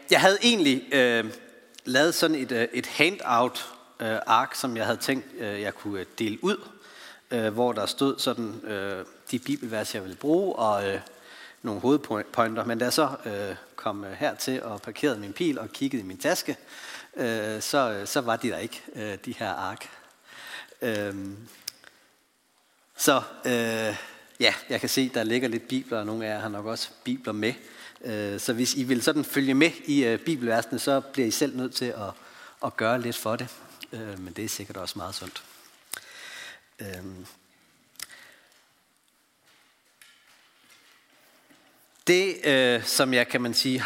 Jeg havde egentlig lavet sådan et handout-ark, som jeg havde tænkt, jeg kunne dele ud, hvor der stod sådan de bibelvers, jeg ville bruge, og nogle hovedpointer. Men da jeg så kom hertil og parkerede min bil og kiggede i min taske, så var de der ikke, de her ark. Ja, jeg kan se, der ligger lidt bibler, og nogle af jer har nok også bibler med. Så hvis I vil sådan følge med i bibelversene, så bliver I selv nødt til at gøre lidt for det. Men det er sikkert også meget sundt. Det, som jeg kan man sige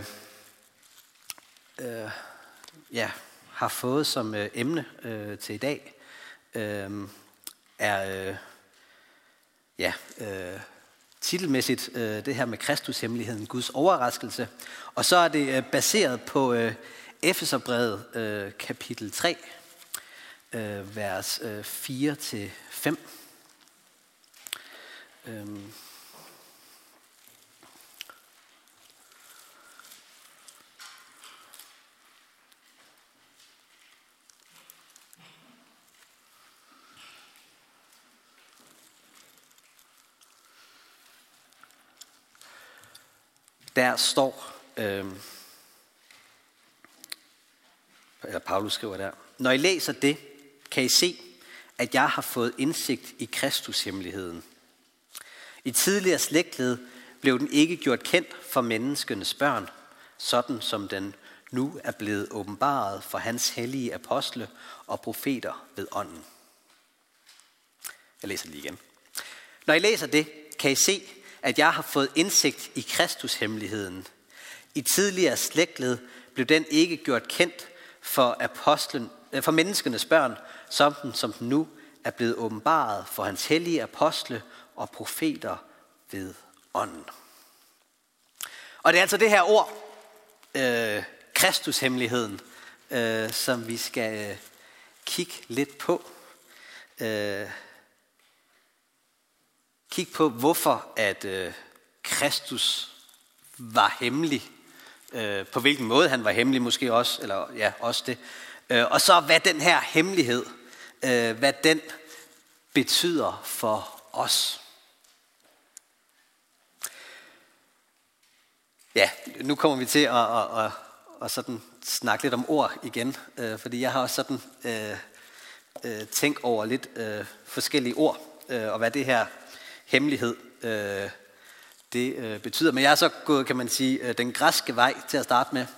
har fået som emne til i dag, er titelmæssigt det her med Kristushemmeligheden, Guds overraskelse. Og så er det baseret på Efeserbrevet kapitel 3, vers 4-5. Der står, eller Paulus skriver der: Når I læser det, kan I se, at jeg har fået indsigt i Kristushemmeligheden. I tidligere slægtled blev den ikke gjort kendt for menneskenes børn, sådan som den nu er blevet åbenbaret for hans hellige apostle og profeter ved ånden. Jeg læser det lige igen. Når I læser det, kan I se, at jeg har fået indsigt i Kristushemmeligheden. I tidligere slægtled blev den ikke gjort kendt for menneskenes børn, som den nu er blevet åbenbaret for hans hellige apostle og profeter ved ånden. Og det er altså det her ord, Kristushemmeligheden, som vi skal kigge lidt på. Kig på, hvorfor at Kristus var hemmelig. På hvilken måde han var hemmelig måske også, eller ja, også det. Og så hvad den her hemmelighed, hvad den betyder for os. Ja, nu kommer vi til at sådan snakke lidt om ord igen, fordi jeg har også sådan tænkt over lidt forskellige ord, og hvad det her hemmelighed det betyder. Men jeg er så gået, kan man sige, den græske vej til at starte med.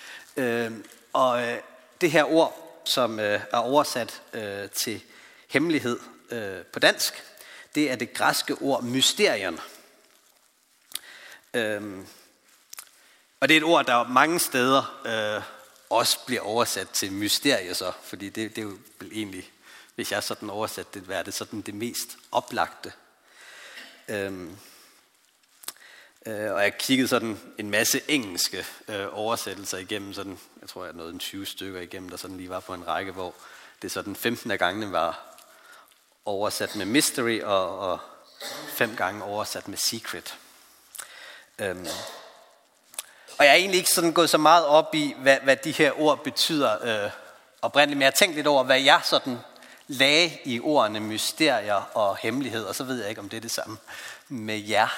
Og det her ord, som er oversat til hemmelighed på dansk, det er det græske ord mysterion. Og det er et ord, der mange steder også bliver oversat til mysterie, så, fordi det er jo egentlig, hvis jeg sådan oversat det, hvad er det sådan det mest oplagte. Og jeg kiggede sådan en masse engelske oversættelser igennem, sådan, jeg tror jeg nåede en 20 stykker igennem, der sådan lige var på en række, hvor det sådan 15 af gangene var oversat med mystery, og 5 gange oversat med secret. Og jeg er egentlig ikke sådan gået så meget op i, hvad de her ord betyder oprindeligt, men jeg har tænkt lidt over, hvad jeg sådan lagde i ordene mysterier og hemmelighed, og så ved jeg ikke, om det er det samme med jer.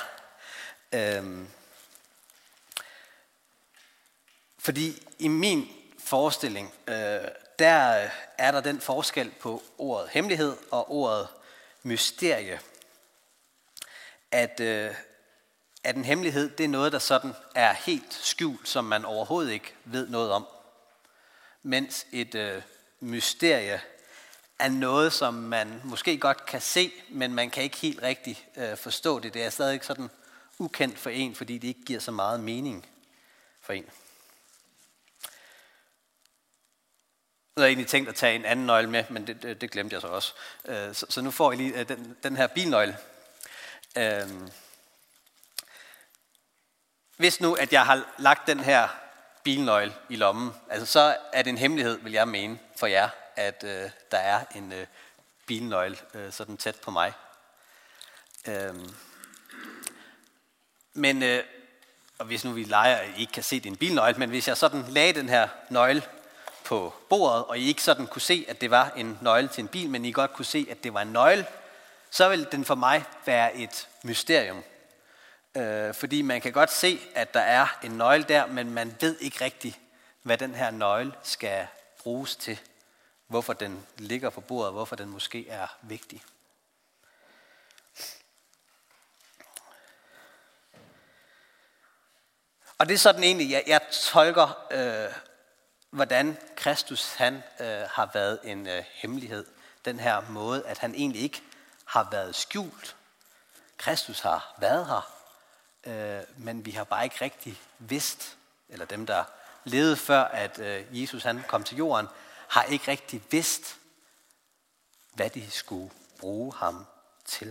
Fordi i min forestilling, der er der den forskel på ordet hemmelighed og ordet mysterie, at en hemmelighed, det er noget, der sådan er helt skjult, som man overhovedet ikke ved noget om. Mens et mysterie er noget, som man måske godt kan se, men man kan ikke helt rigtig forstå det. Det er stadig sådan ukendt for en, fordi det ikke giver så meget mening for en. Jeg havde egentlig tænkt at tage en anden nøgle med, men det glemte jeg så også. Så nu får I lige den her bilnøgle. Hvis nu, at jeg har lagt den her bilnøgle i lommen, altså så er det en hemmelighed, vil jeg mene, for jer, at der er en bilnøgle sådan tæt på mig. Men og hvis nu vi leger, at I ikke kan se din bilnøgle, men hvis jeg sådan lagde den her nøgle på bordet, og I ikke sådan kunne se, at det var en nøgle til en bil, men I godt kunne se, at det var en nøgle, så vil den for mig være et mysterium. Fordi man kan godt se, at der er en nøgle der, men man ved ikke rigtigt, hvad den her nøgle skal bruges til. Hvorfor den ligger på bordet, hvorfor den måske er vigtig. Og det er sådan egentlig, jeg tolker, hvordan Kristus han har været en hemmelighed. Den her måde, at han egentlig ikke har været skjult. Kristus har været her, men vi har bare ikke rigtig vidst, eller dem, der levede før, at Jesus han kom til jorden, har ikke rigtig vidst, hvad de skulle bruge ham til.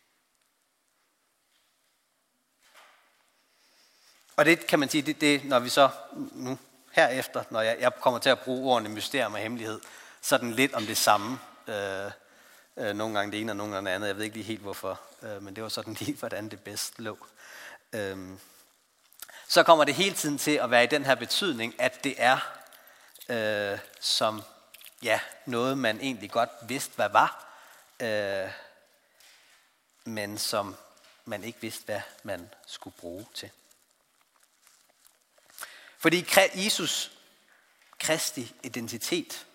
Og det kan man sige, det når vi så nu herefter, når jeg kommer til at bruge ordene mysterium og hemmelighed, så er den lidt om det samme. Nogle gange det ene og nogle gange det andet. Jeg ved ikke lige helt hvorfor, men det var sådan lige, hvordan det bedst lå. Så kommer det hele tiden til at være i den her betydning, at det er som noget, man egentlig godt vidste, hvad var, men som man ikke vidste, hvad man skulle bruge til. Fordi Jesus Kristi identitet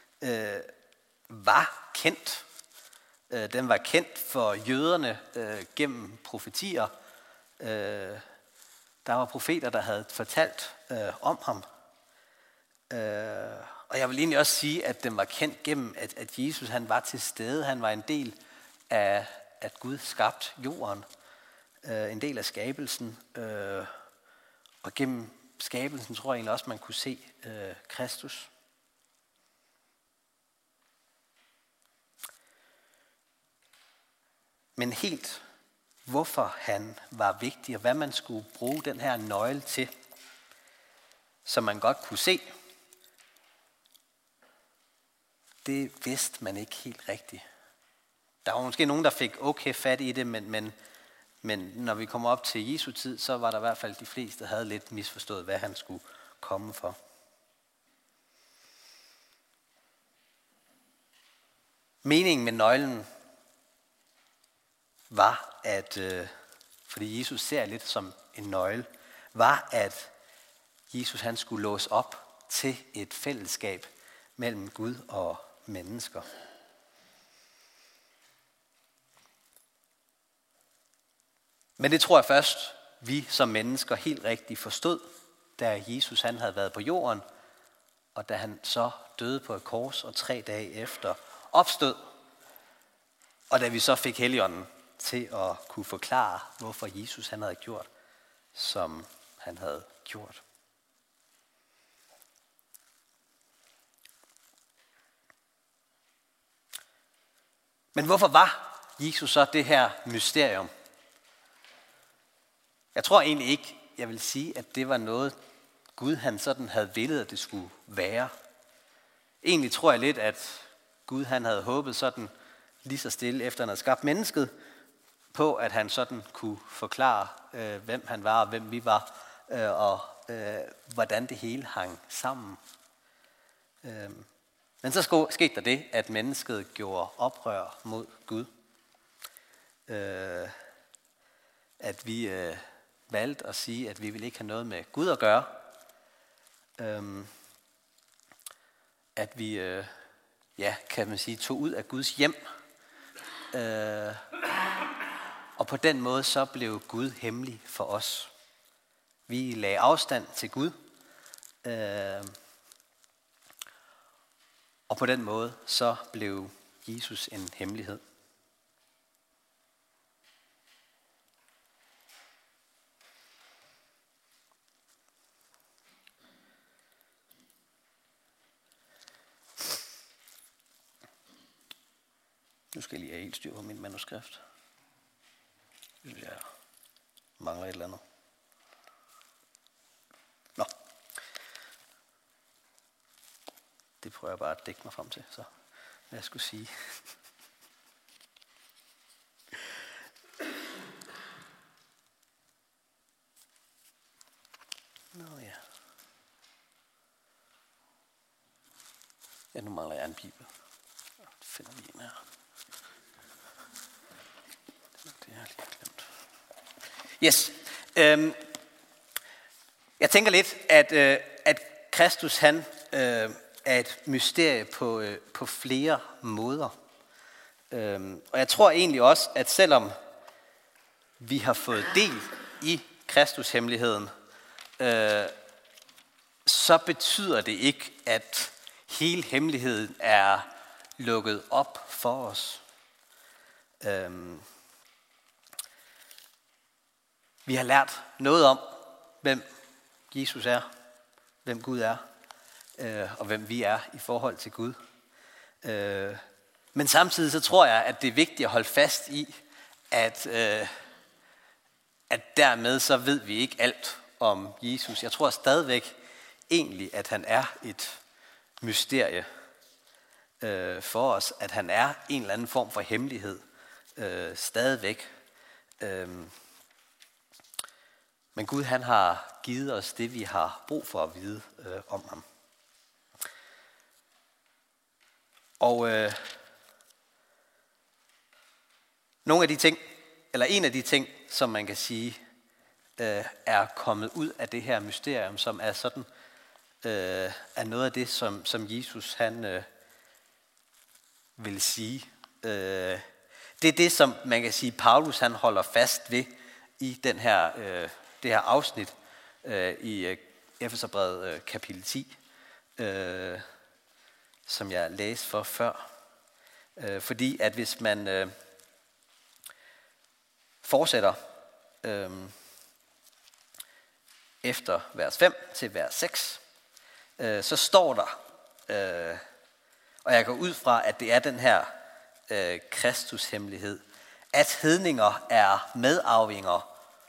var kendt. Den var kendt for jøderne gennem profetier. Der var profeter, der havde fortalt om ham. Og jeg vil egentlig også sige, at den var kendt gennem, at Jesus han var til stede. Han var en del af, at Gud skabte jorden. En del af skabelsen. Og gennem skabelsen tror jeg egentlig også, man kunne se Kristus. Men helt hvorfor han var vigtig, og hvad man skulle bruge den her nøgle til, som man godt kunne se, det vidste man ikke helt rigtigt. Der var måske nogen, der fik okay fat i det, men når vi kommer op til Jesu tid, så var der i hvert fald de fleste, der havde lidt misforstået, hvad han skulle komme for. Meningen med nøglen var, at, fordi Jesus ser lidt som en nøgle, var, at Jesus han skulle låse op til et fællesskab mellem Gud og mennesker. Men det tror jeg først, vi som mennesker helt rigtigt forstod, da Jesus han havde været på jorden, og da han så døde på et kors, og 3 dage efter opstod, og da vi så fik Helligånden til at kunne forklare, hvorfor Jesus han havde gjort, som han havde gjort. Men hvorfor var Jesus så det her mysterium? Jeg tror egentlig ikke, jeg vil sige, at det var noget, Gud han sådan havde villet, at det skulle være. Egentlig tror jeg lidt, at Gud han havde håbet sådan lige så stille, efter han havde skabt mennesket, på at han sådan kunne forklare, hvem han var og hvem vi var, og hvordan det hele hang sammen. Men så skete der det, at mennesket gjorde oprør mod Gud. At vi valgte at sige, at vi ville ikke have noget med Gud at gøre. At vi, kan man sige, tog ud af Guds hjem. Og på den måde så blev Gud hemmelig for os. Vi lagde afstand til Gud. Og på den måde så blev Jesus en hemmelighed. Nu skal jeg lige have helt styr på min manuskript. Jeg mangler et eller andet. Nå. Det prøver jeg bare at dække mig frem til, så hvad jeg skulle sige. Ja, nu mangler jeg en bibel. Finder vi en her. Det har jeg lige glemt. Yes. Jeg tænker lidt, at Kristus han er et mysterie på flere måder. Og jeg tror egentlig også, at selvom vi har fået del i Kristushemmeligheden, så betyder det ikke, at hele hemmeligheden er lukket op for os. Vi har lært noget om, hvem Jesus er, hvem Gud er, og hvem vi er i forhold til Gud. Men samtidig så tror jeg, at det er vigtigt at holde fast i, at dermed så ved vi ikke alt om Jesus. Jeg tror stadigvæk egentlig, at han er et mysterie for os, at han er en eller anden form for hemmelighed stadigvæk. Men Gud han har givet os det, vi har brug for at vide om ham. Og nogle af de ting, eller en af de ting, som man kan sige, er kommet ud af det her mysterium, som er sådan, er noget af det, som Jesus han vil sige. Det er det, som man kan sige, Paulus han holder fast ved i det her afsnit i Efeserbrevet kapitel 10, som jeg læste for før. Fordi at hvis man fortsætter efter vers 5 til vers 6, så står der, og jeg går ud fra, at det er den her Kristushemmelighed, at hedninger er medarvinger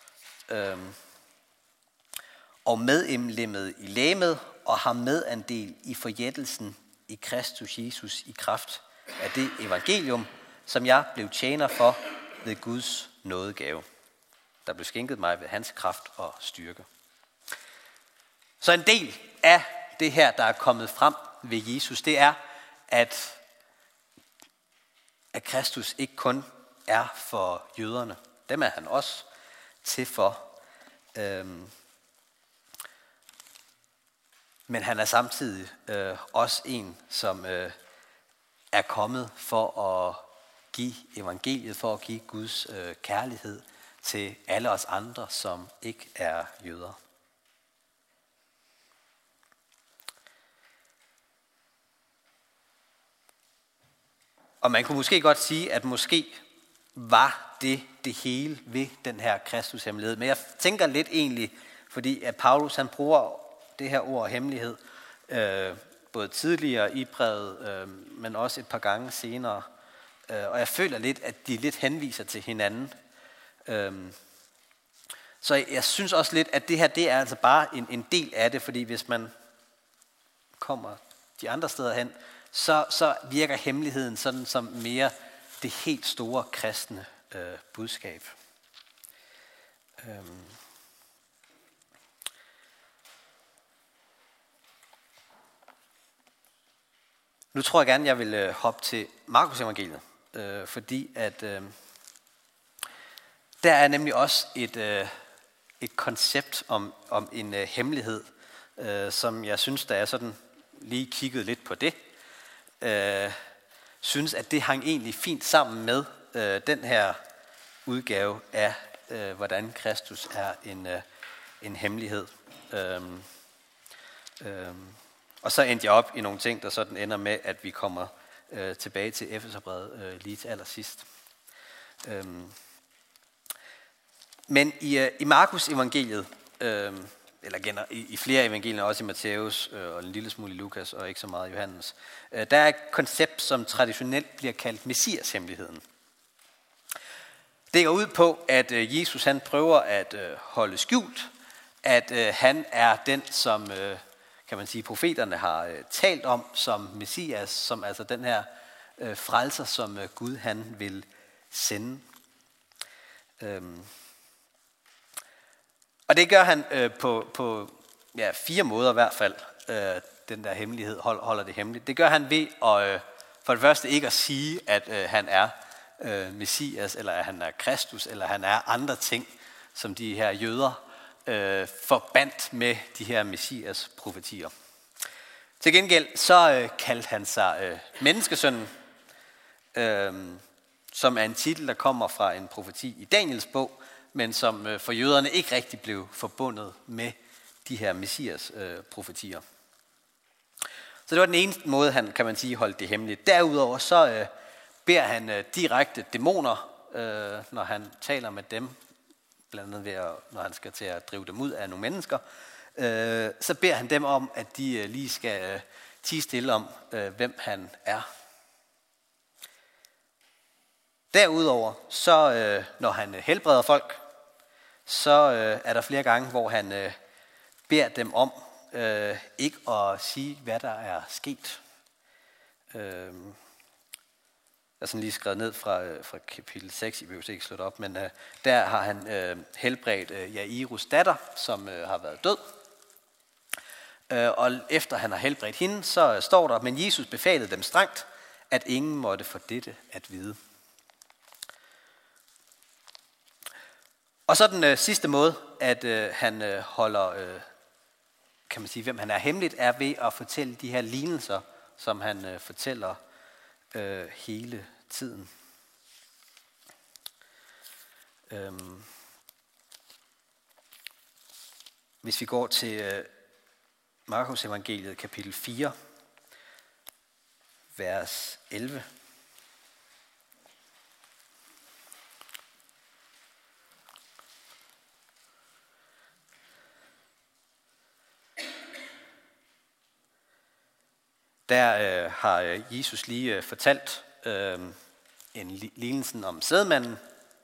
og medindlemmet i legemet og har medandel i forjættelsen i Kristus Jesus i kraft af det evangelium, som jeg blev tjener for ved Guds nådegave, der blev skænket mig ved hans kraft og styrke. Så en del af det her, der er kommet frem ved Jesus, det er, at Kristus ikke kun er for jøderne. Dem er han også til for. Men han er samtidig også en, som er kommet for at give evangeliet, for at give Guds kærlighed til alle os andre, som ikke er jøder. Og man kunne måske godt sige, at måske var det hele ved den her Kristushemmelighed. Men jeg tænker lidt egentlig, fordi at Paulus han bruger det her ord hemmelighed, både tidligere i brevet, men også et par gange senere. Og jeg føler lidt, at de lidt henviser til hinanden. Så jeg synes også lidt, at det her, det er altså bare en del af det, fordi hvis man kommer de andre steder hen, så virker hemmeligheden sådan som mere det helt store kristne budskab. Nu tror jeg gerne, jeg vil hoppe til Markus evangeliet, fordi at der er nemlig også et koncept om en hemmelighed, som jeg synes, der er sådan lige kigget lidt på det. Synes, at det hang egentlig fint sammen med den her udgave af, hvordan Kristus er en hemmelighed. Og så endte jeg op i nogle ting, der sådan ender med, at vi kommer tilbage til Efeserbrevet lige til allersidst. Men i Markus evangeliet, eller i flere evangelier, også i Matthæus og en lille smule i Lukas og ikke så meget i Johannes, der er et koncept, som traditionelt bliver kaldt Messias-hemmeligheden. Det går ud på, at Jesus han prøver at holde skjult, at han er den, som kan man sige, profeterne har talt om som Messias, som altså den her frelser, som Gud han vil sende. Og det gør han på 4 måder i hvert fald. den der hemmelighed, holder det hemmeligt. Det gør han ved at, for det første ikke at sige, at han er Messias, eller at han er Kristus, eller han er andre ting, som de her jøder forbandt med de her Messias-profetier. Til gengæld så kaldte han sig menneskesønnen, som er en titel, der kommer fra en profeti i Daniels bog, men som for jøderne ikke rigtig blev forbundet med de her Messias-profetier. Så det var den eneste måde, han, kan man sige, holdt det hemmeligt. Derudover så beder han direkte dæmoner, når han taler med dem, blandt andet når han skal til at drive dem ud af nogle mennesker, så beder han dem om, at de lige skal tie stille om, hvem han er. Derudover, så når han helbreder folk, så er der flere gange, hvor han beder dem om ikke at sige, hvad der er sket. Jeg har sådan lige skrevet ned fra kapitel 6, I behøver ikke slå det op, men der har han helbredt Jairus datter, som har været død. Og efter han har helbredt hende, så står der, men Jesus befalede dem strengt, at ingen måtte få dette at vide. Og så den sidste måde, at han holder, kan man sige, hvem han er hemmeligt, er ved at fortælle de her lignelser, som han fortæller hele tiden. Hvis vi går til Markus evangeliet kapitel 4, vers 11. Der har Jesus lige fortalt en lignelsen om sædmanden.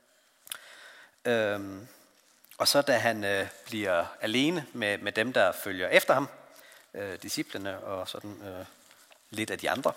Og så da han bliver alene med dem, der følger efter ham, disciplene og sådan lidt af de andre,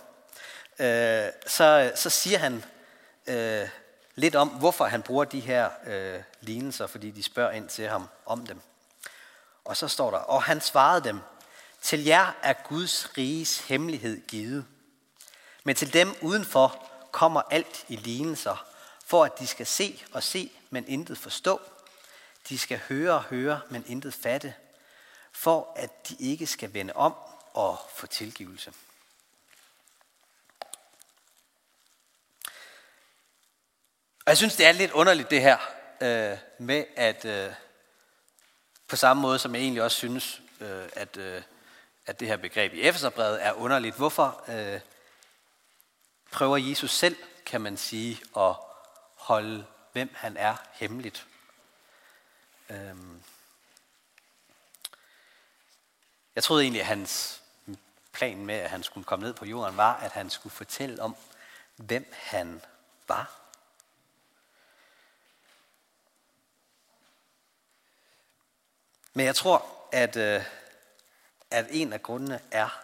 så siger han lidt om, hvorfor han bruger de her lignelser, fordi de spørger ind til ham om dem. Og så står der, og han svarede dem, til jer er Guds riges hemmelighed givet, men til dem udenfor kommer alt i lignelser, for at de skal se og se, men intet forstå. De skal høre og høre, men intet fatte, for at de ikke skal vende om og få tilgivelse. Og jeg synes, det er lidt underligt det her, med at på samme måde som jeg egentlig også synes, at det her begreb i Efeserbrevet er underligt. Hvorfor prøver Jesus selv, kan man sige, at holde, hvem han er, hemmeligt? Jeg troede egentlig, at hans plan med, at han skulle komme ned på jorden, var, at han skulle fortælle om, hvem han var. Men jeg tror, at en af grundene er,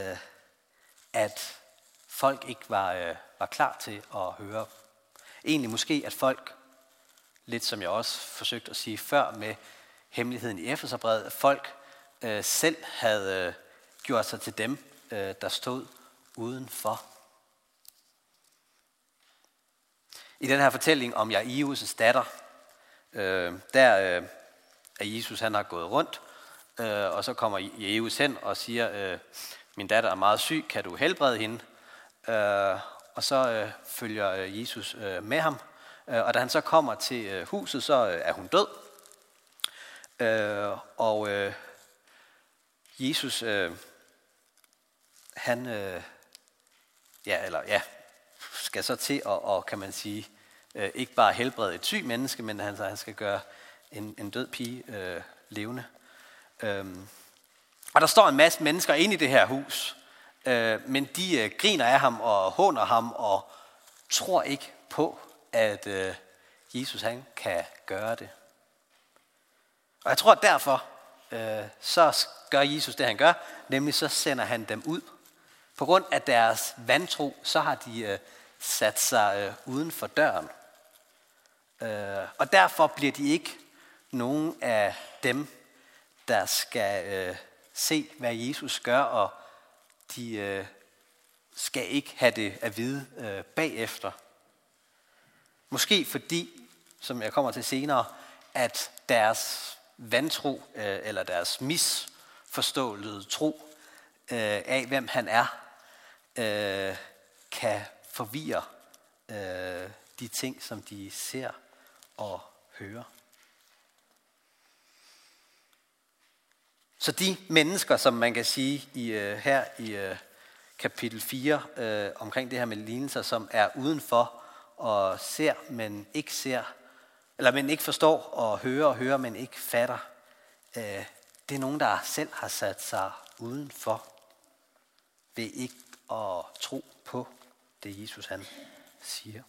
at folk ikke var klar til at høre. Egentlig måske, at folk, lidt som jeg også forsøgte at sige før med hemmeligheden i Efeserbrevet, at folk selv havde gjort sig til dem, der stod udenfor. I den her fortælling om Jairus' datter, der er Jesus, han har gået rundt, og så kommer Jairus hen og siger, min datter er meget syg, kan du helbrede hende? Og så følger Jesus med ham, og da han så kommer til huset, så er hun død. Og Jesus, han skal så til at, kan man sige, ikke bare helbrede et sygt menneske, men han skal gøre en død pige levende. Og der står en masse mennesker inde i det her hus, men de griner af ham og håner ham og tror ikke på, at Jesus han kan gøre det. Og jeg tror derfor, så gør Jesus det han gør, nemlig så sender han dem ud. På grund af deres vantro, så har de sat sig uden for døren. Og derfor bliver de ikke nogen af dem, der skal se, hvad Jesus gør, og de skal ikke have det at vide bagefter. Måske fordi, som jeg kommer til senere, at deres vantro eller deres misforståede tro af, hvem han er, kan forvirre de ting, som de ser og hører. Så de mennesker, som man kan sige her i kapitel 4, omkring det her med lignelser, som er udenfor og ser, men ikke ser, eller men ikke forstår og hører, men ikke fatter, det er nogen, der selv har sat sig udenfor ved ikke at tro på det, Jesus han siger.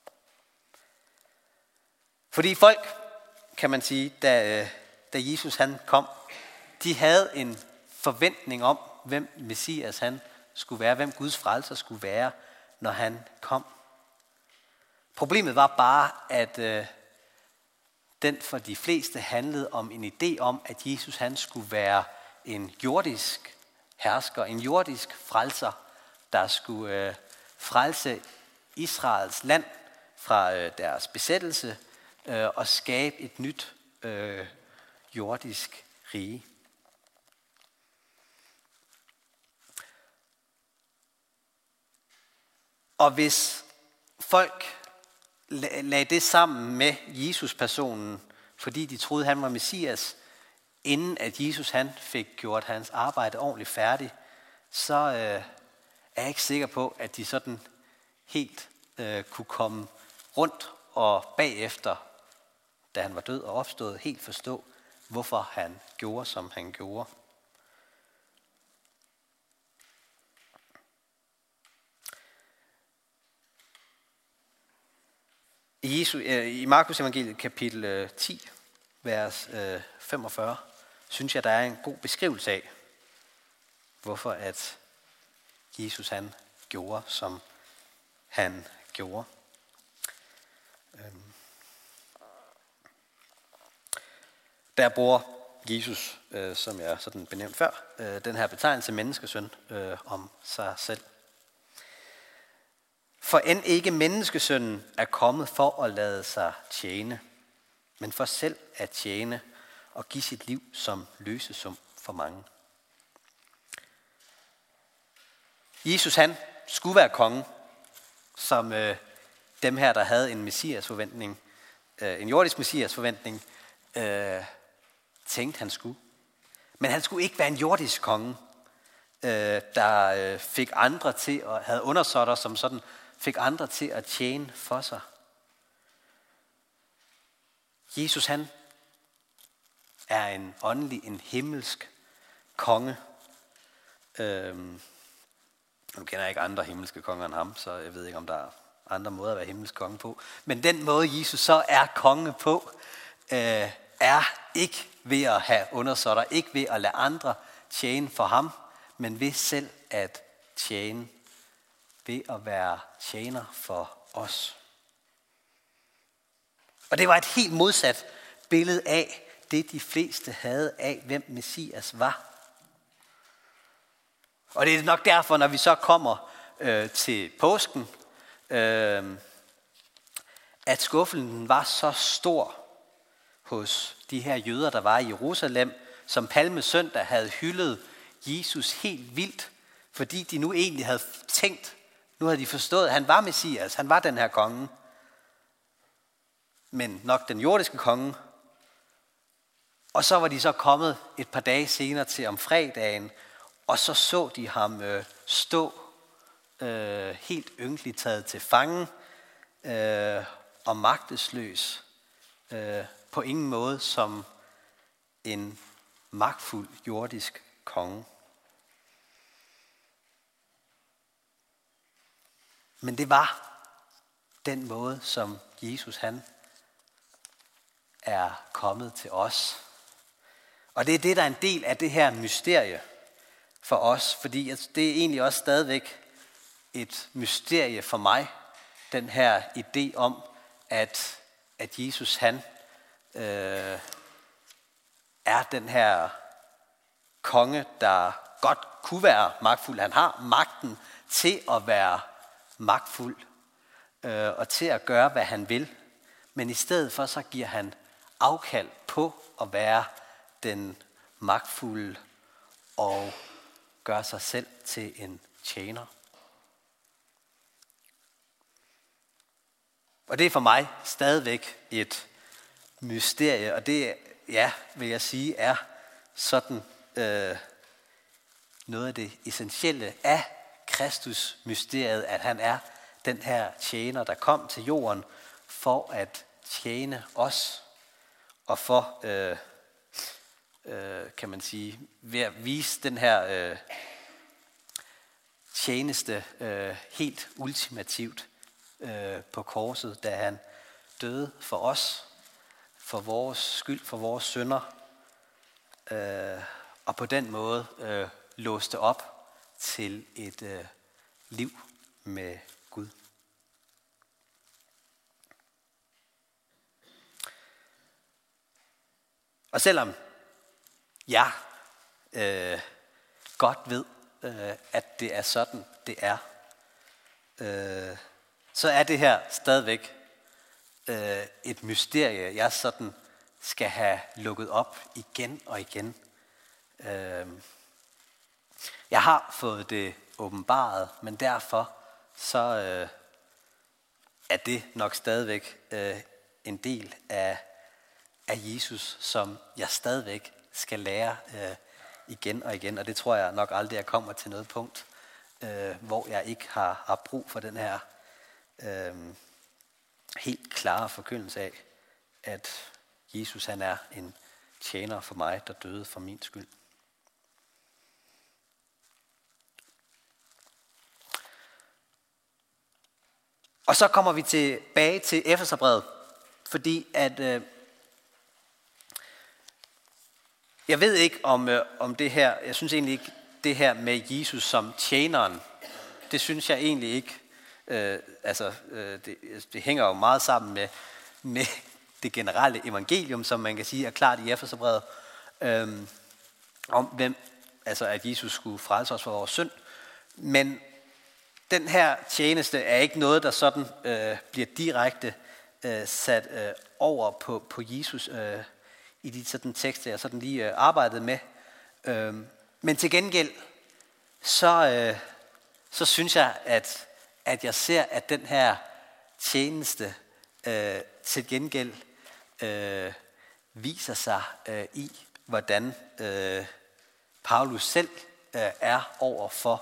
Fordi folk, kan man sige, da Jesus han kom, de havde en forventning om, hvem Messias han skulle være, hvem Guds frelser skulle være, når han kom. Problemet var bare, at den for de fleste handlede om en idé om, at Jesus han skulle være en jordisk hersker, en jordisk frelser, der skulle frelse Israels land fra deres besættelse og skabe et nyt jordisk rige. Og hvis folk lagde det sammen med Jesus-personen, fordi de troede, han var Messias, inden at Jesus han fik gjort hans arbejde ordentligt færdigt, så er jeg ikke sikker på, at de sådan helt kunne komme rundt og bagefter, da han var død og opstået, helt forstå, hvorfor han gjorde, som han gjorde. I Markus evangeliet kapitel 10, vers 45, synes jeg, der er en god beskrivelse af, hvorfor at Jesus han gjorde, som han gjorde. Der bruger Jesus, som jeg sådan benævnt før, den her betegnelse menneskesøn om sig selv. For end ikke menneskesønnen er kommet for at lade sig tjene, men for selv at tjene og give sit liv som løsesum for mange. Jesus han skulle være konge, som dem her, der havde en messiasforventning, en jordisk messiasforventning, tænkte han skulle. Men han skulle ikke være en jordisk konge, der fik andre til at have undersåtter, som sådan fik andre til at tjene for sig. Jesus han er en åndelig, en himmelsk konge. Nu kender jeg ikke andre himmelske konger end ham, så jeg ved ikke, om der er andre måder at være himmelsk konge på. Men den måde, Jesus så er konge på, er ikke ved at have undersåtter, ikke ved at lade andre tjene for ham, men ved selv at tjene, ved at være tjener for os. Og det var et helt modsat billede af det, de fleste havde af, hvem Messias var. Og det er nok derfor, når vi så kommer til påsken, at skuffelsen var så stor hos de her jøder, der var i Jerusalem, som palmesøndag havde hyldet Jesus helt vildt, fordi de nu egentlig havde tænkt, nu havde de forstået, at han var Messias, han var den her konge. Men nok den jordiske konge. Og så var de så kommet et par dage senere til om fredagen, og så de ham stå helt ynkeligt taget til fange og magtesløs, på ingen måde som en magtfuld jordisk konge. Men det var den måde, som Jesus han er kommet til os. Og det er det, der er en del af det her mysterie for os, fordi det er egentlig også stadigvæk et mysterie for mig, den her idé om, at Jesus han er den her konge, der godt kunne være magtfuld. Han har magten til at være magtfuld og til at gøre, hvad han vil. Men i stedet for, så giver han afkald på at være den magtfulde og gør sig selv til en tjener. Og det er for mig stadigvæk et mysterie, og det, ja, vil jeg sige, er sådan noget af det essentielle af Kristus-mysteriet, at han er den her tjener, der kom til jorden for at tjene os, og for, kan man sige, ved at vise den her tjeneste helt ultimativt på korset, da han døde for os, for vores skyld, for vores synder, og på den måde låste op til et liv med Gud. Og selvom jeg godt ved, at det er sådan, det er, så er det her stadigvæk et mysterie, jeg sådan skal have lukket op igen og igen. Jeg har fået det åbenbaret, men derfor så er det nok stadigvæk en del af Jesus, som jeg stadigvæk skal lære igen og igen. Og det tror jeg nok aldrig, jeg kommer til noget punkt, hvor jeg ikke har brug for den her helt klare forkyndelse af, at Jesus han er en tjener for mig, der døde for min skyld. Og så kommer vi tilbage til Efeserbrevet, fordi at jeg ved ikke om det her, jeg synes egentlig ikke det her med Jesus som tjeneren, det synes jeg egentlig ikke, det hænger jo meget sammen med det generelle evangelium, som man kan sige er klart i Efeserbrevet, om hvem, altså at Jesus skulle frelse os for vores synd. Men den her tjeneste er ikke noget, der sådan bliver direkte sat over på Jesus i de sådan tekster, jeg sådan lige arbejdede med. Men til gengæld, så synes jeg, at jeg ser, at den her tjeneste til gengæld viser sig i, hvordan Paulus selv er over for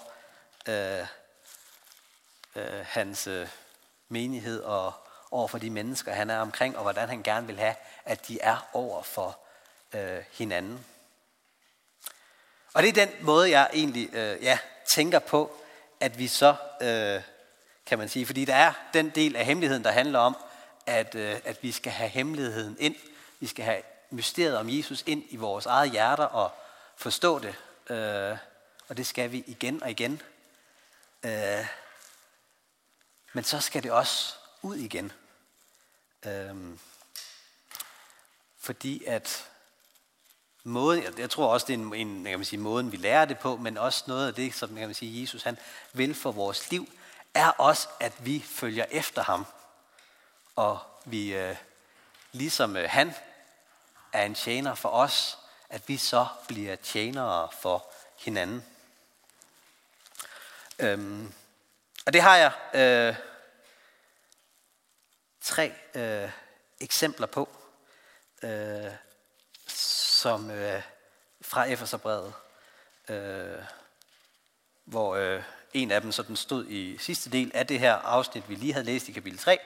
hans menighed og over for de mennesker, han er omkring, og hvordan han gerne vil have, at de er over for hinanden. Og det er den måde, jeg egentlig tænker på, at vi så, kan man sige, fordi der er den del af hemmeligheden, der handler om, at vi skal have hemmeligheden ind, vi skal have mysteriet om Jesus ind i vores eget hjerter og forstå det, og det skal vi igen og igen. Men så skal det også ud igen. Fordi at måden, jeg tror også, det er en kan man sige, måden, vi lærer det på, men også noget af det, som kan man sige, Jesus han vil for vores liv, er også, at vi følger efter ham. Og vi, ligesom han er en tjener for os, at vi så bliver tjenere for hinanden. Og det har jeg 3 eksempler på, som fra Efeserbrevet, hvor en af dem sådan stod i sidste del af det her afsnit, vi lige havde læst i kapitel 3.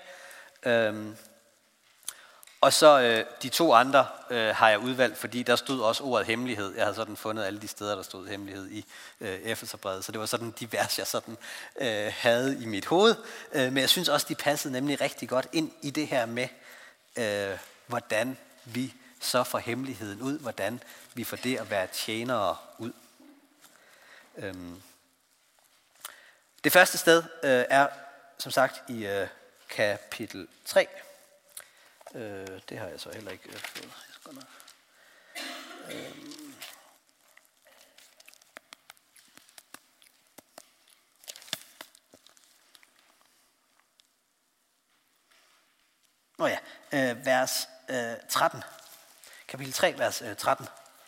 Og så de 2 andre har jeg udvalgt, fordi der stod også ordet hemmelighed. Jeg havde sådan fundet alle de steder, der stod hemmelighed i Efeserbrevet. Så det var sådan de vers, jeg sådan havde i mit hoved. Men jeg synes også, de passede nemlig rigtig godt ind i det her med, hvordan vi så får hemmeligheden ud. Hvordan vi får det at være tjenere ud. Det første sted er, som sagt, i kapitel 3. Det har jeg så heller ikke fået. vers 13. Kapitel 3, vers 13.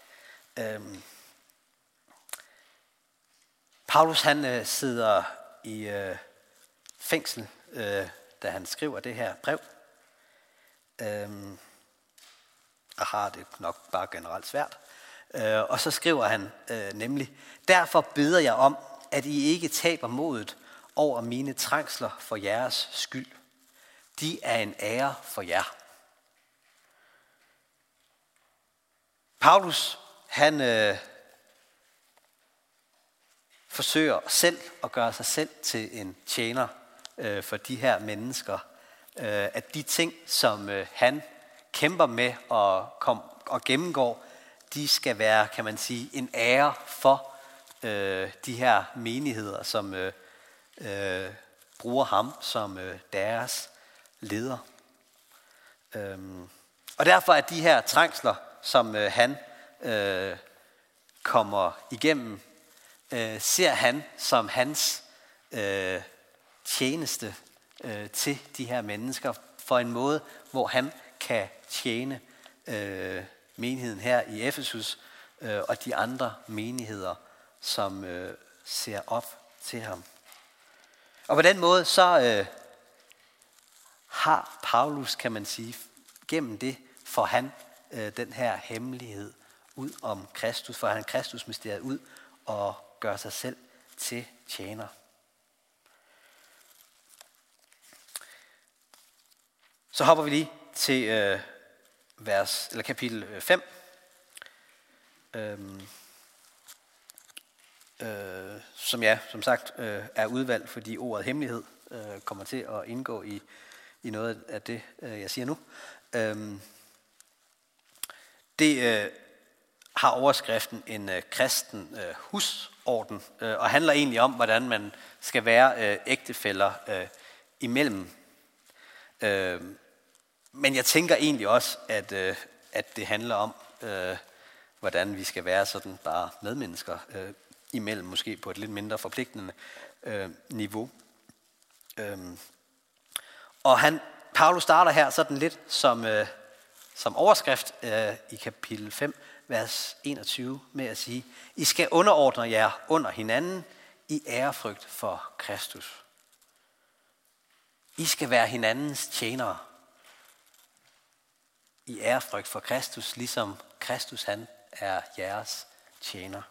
Paulus han sidder i fængsel, da han skriver det her brev. Og har det nok bare generelt svært. Og så skriver han nemlig, derfor beder jeg om, at I ikke taber modet over mine trængsler for jeres skyld. De er en ære for jer. Paulus, han forsøger selv at gøre sig selv til en tjener for de her mennesker. At de ting, som han kæmper med og gennemgår, de skal være, kan man sige, en ære for de her menigheder, som bruger ham som deres leder. Og derfor er de her trængsler, som han kommer igennem, ser han som hans tjeneste til de her mennesker, for en måde, hvor han kan tjene menigheden her i Efesus og de andre menigheder, som ser op til ham. Og på den måde så har Paulus, kan man sige, gennem det får han den her hemmelighed ud om Kristus, for han Kristusmysteriet ud og gør sig selv til tjener. Så hopper vi lige til kapitel 5. Som sagt er udvalgt, fordi ordet hemmelighed kommer til at indgå i noget af det, jeg siger nu. Det har overskriften en kristen husorden, og handler egentlig om, hvordan man skal være ægtefæller imellem. Men jeg tænker egentlig også, at det handler om, hvordan vi skal være sådan bare medmennesker imellem, måske på et lidt mindre forpligtende niveau. Og Paulus starter her sådan lidt som overskrift i kapitel 5, vers 21, med at sige, I skal underordne jer under hinanden i ærefrygt for Kristus. I skal være hinandens tjenere i ærefrygt for Kristus, ligesom Kristus han er jeres tjener.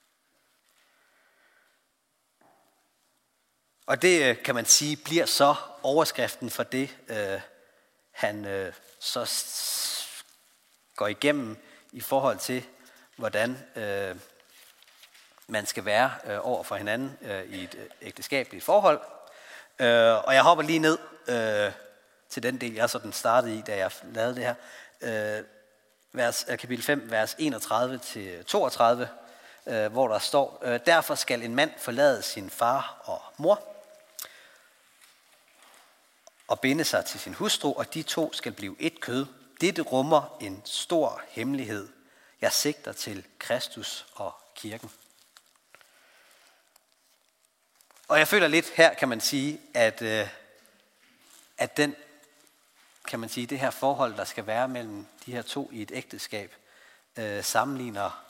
Og det kan man sige bliver så overskriften for det, han så går igennem i forhold til, hvordan man skal være over for hinanden i et ægteskabeligt forhold. Og jeg hopper lige ned til den del, jeg sådan startede i, da jeg lavede det her. Kapitel 5, vers 31-32, hvor der står, derfor skal en mand forlade sin far og mor, og binde sig til sin hustru, og de to skal blive et kød. Dette rummer en stor hemmelighed. Jeg sigter til Kristus og kirken. Og jeg føler lidt her, kan man sige, at den, kan man sige, det her forhold, der skal være mellem de her to i et ægteskab, sammenligner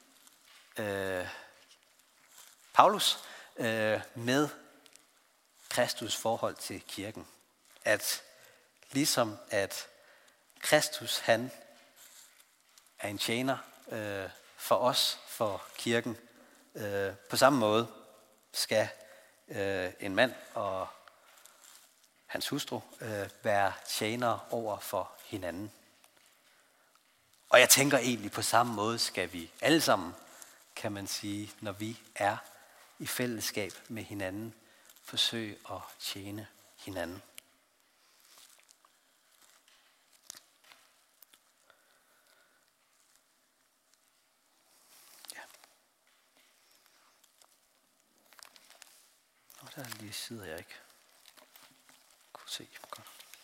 Paulus med Kristus forhold til kirken. At ligesom at Kristus han er en tjener for os, for kirken, på samme måde skal en mand og hans hustru være tjenere over for hinanden. Og jeg tænker egentlig på samme måde skal vi alle sammen, kan man sige, når vi er i fællesskab med hinanden, forsøge at tjene hinanden. Ja. Og der lige sidder jeg ikke. Kunne se godt.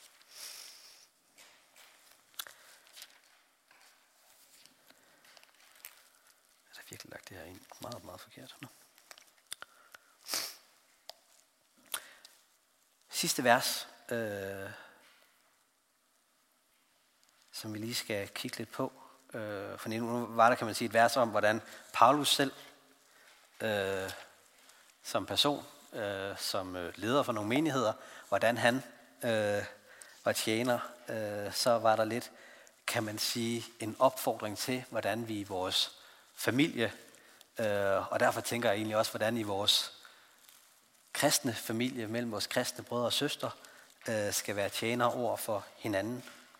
Jeg har virkelig lagt det her ind meget, meget forkert nu. Sidste vers som vi lige skal kigge lidt på. For nu var der, kan man sige, et vers om, hvordan Paulus selv som person, som leder for nogle menigheder, hvordan han var tjener, så var der lidt, kan man sige, en opfordring til, hvordan vi i vores familie, og derfor tænker jeg egentlig også, hvordan i vores kristne familie, mellem vores kristne brødre og søstre, skal være tjenere over for hinanden.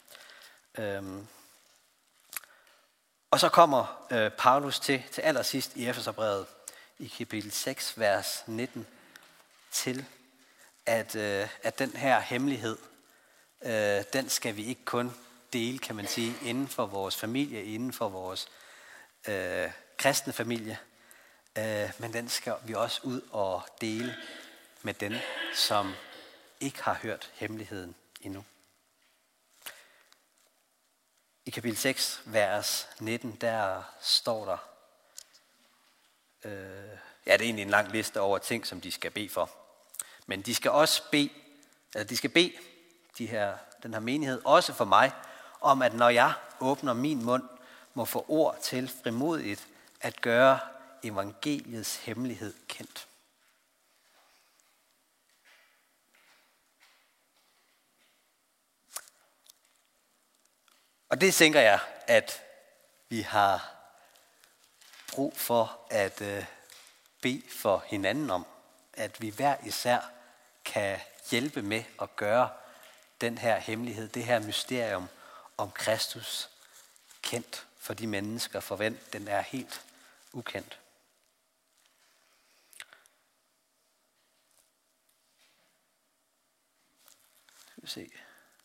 Og så kommer Paulus til allersidst i Efeserbrevet i kapitel 6, vers 19, til, at den her hemmelighed, den skal vi ikke kun dele, kan man sige, inden for vores familie, inden for vores kristne familie, men den skal vi også ud og dele med dem, som ikke har hørt hemmeligheden endnu. I kapitel 6, vers 19, der står der, det er egentlig en lang liste over ting, som de skal bede for. Men de skal også bede den her menighed, også for mig, om at når jeg åbner min mund, må få ord til frimodigt at gøre evangeliets hemmelighed kendt. Og det tænker jeg, at vi har brug for at bede for hinanden om, at vi hver især kan hjælpe med at gøre den her hemmelighed, det her mysterium om Kristus kendt for de mennesker, for hvem den er helt ukendt. Skal vi se.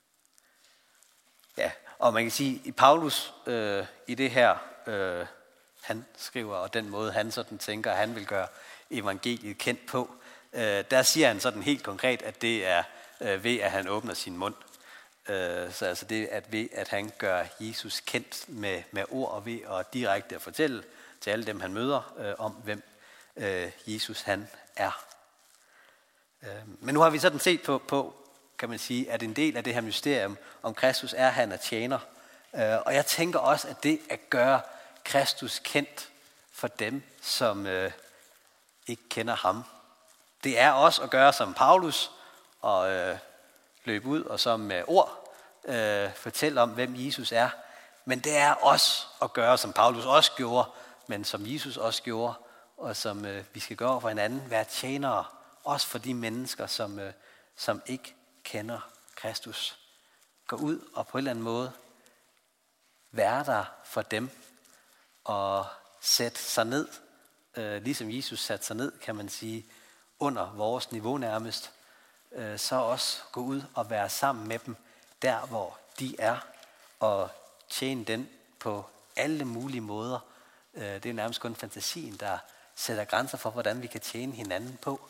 Ja, og man kan sige, i Paulus, i det her, han skriver, og den måde han sådan tænker, at han vil gøre evangeliet kendt på, der siger han sådan helt konkret, at det er ved, at han åbner sin mund. Så altså det er ved, at han gør Jesus kendt med ord og ved at direkte at fortælle til alle dem, han møder, om hvem Jesus han er. Men nu har vi sådan set på, kan man sige, at en del af det her mysterium om Kristus er, at han er tjener. Og jeg tænker også, at det at gøre Kristus kendt for dem, som ikke kender ham, det er også at gøre som Paulus og løbe ud og som med ord fortælle om, hvem Jesus er. Men det er også at gøre, som Paulus også gjorde, men som Jesus også gjorde, og som vi skal gøre for hinanden, være tjenere, også for de mennesker, som ikke kender Kristus. Gå ud og på en eller anden måde være der for dem og sætte sig ned, ligesom Jesus satte sig ned, kan man sige, under vores niveau nærmest, så også gå ud og være sammen med dem, der hvor de er, og tjene dem på alle mulige måder. Det er nærmest kun fantasien, der sætter grænser for, hvordan vi kan tjene hinanden på.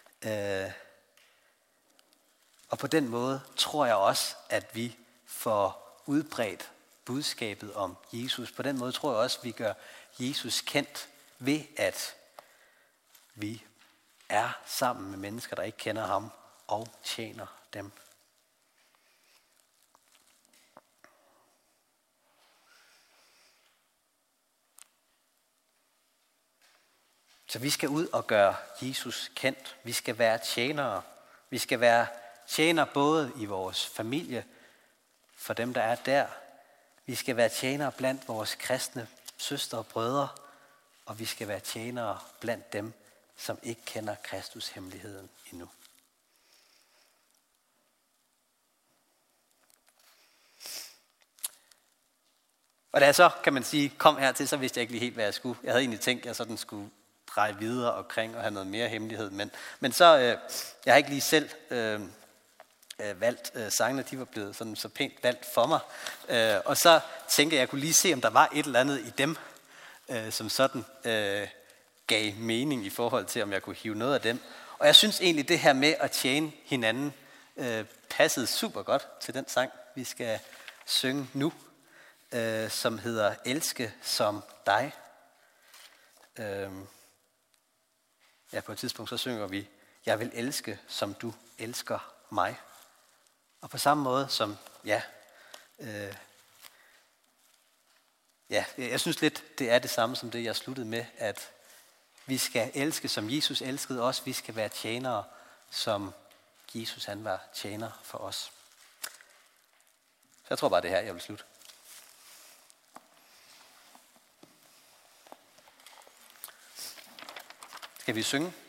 Og på den måde tror jeg også, at vi får udbredt budskabet om Jesus. På den måde tror jeg også, at vi gør Jesus kendt ved, at vi er sammen med mennesker, der ikke kender ham, og tjener dem. Så vi skal ud og gøre Jesus kendt. Vi skal være tjenere. Vi skal være tjenere både i vores familie, for dem, der er der. Vi skal være tjenere blandt vores kristne søstre og brødre, og vi skal være tjenere blandt dem, som ikke kender Kristus hemmeligheden endnu. Og da jeg så, kan man sige, kom hertil, så vidste jeg ikke lige helt, hvad jeg skulle. Jeg havde egentlig tænkt, at jeg sådan skulle dreje videre omkring og have noget mere hemmelighed. Men så, jeg har ikke lige selv valgt sangene, de var blevet sådan så pænt valgt for mig. Og så tænkte jeg kunne lige se, om der var et eller andet i dem, som sådan gav mening i forhold til, om jeg kunne hive noget af dem. Og jeg synes egentlig, det her med at tjene hinanden passede super godt til den sang, vi skal synge nu, som hedder Elske som dig. Ja, på et tidspunkt så synger vi, jeg vil elske, som du elsker mig. Og på samme måde som, Ja, jeg synes lidt, det er det samme som det, jeg sluttede med, at vi skal elske, som Jesus elskede os. Vi skal være tjenere, som Jesus han var tjener for os. Så jeg tror bare, det er her, jeg vil slutte. Skal vi synge?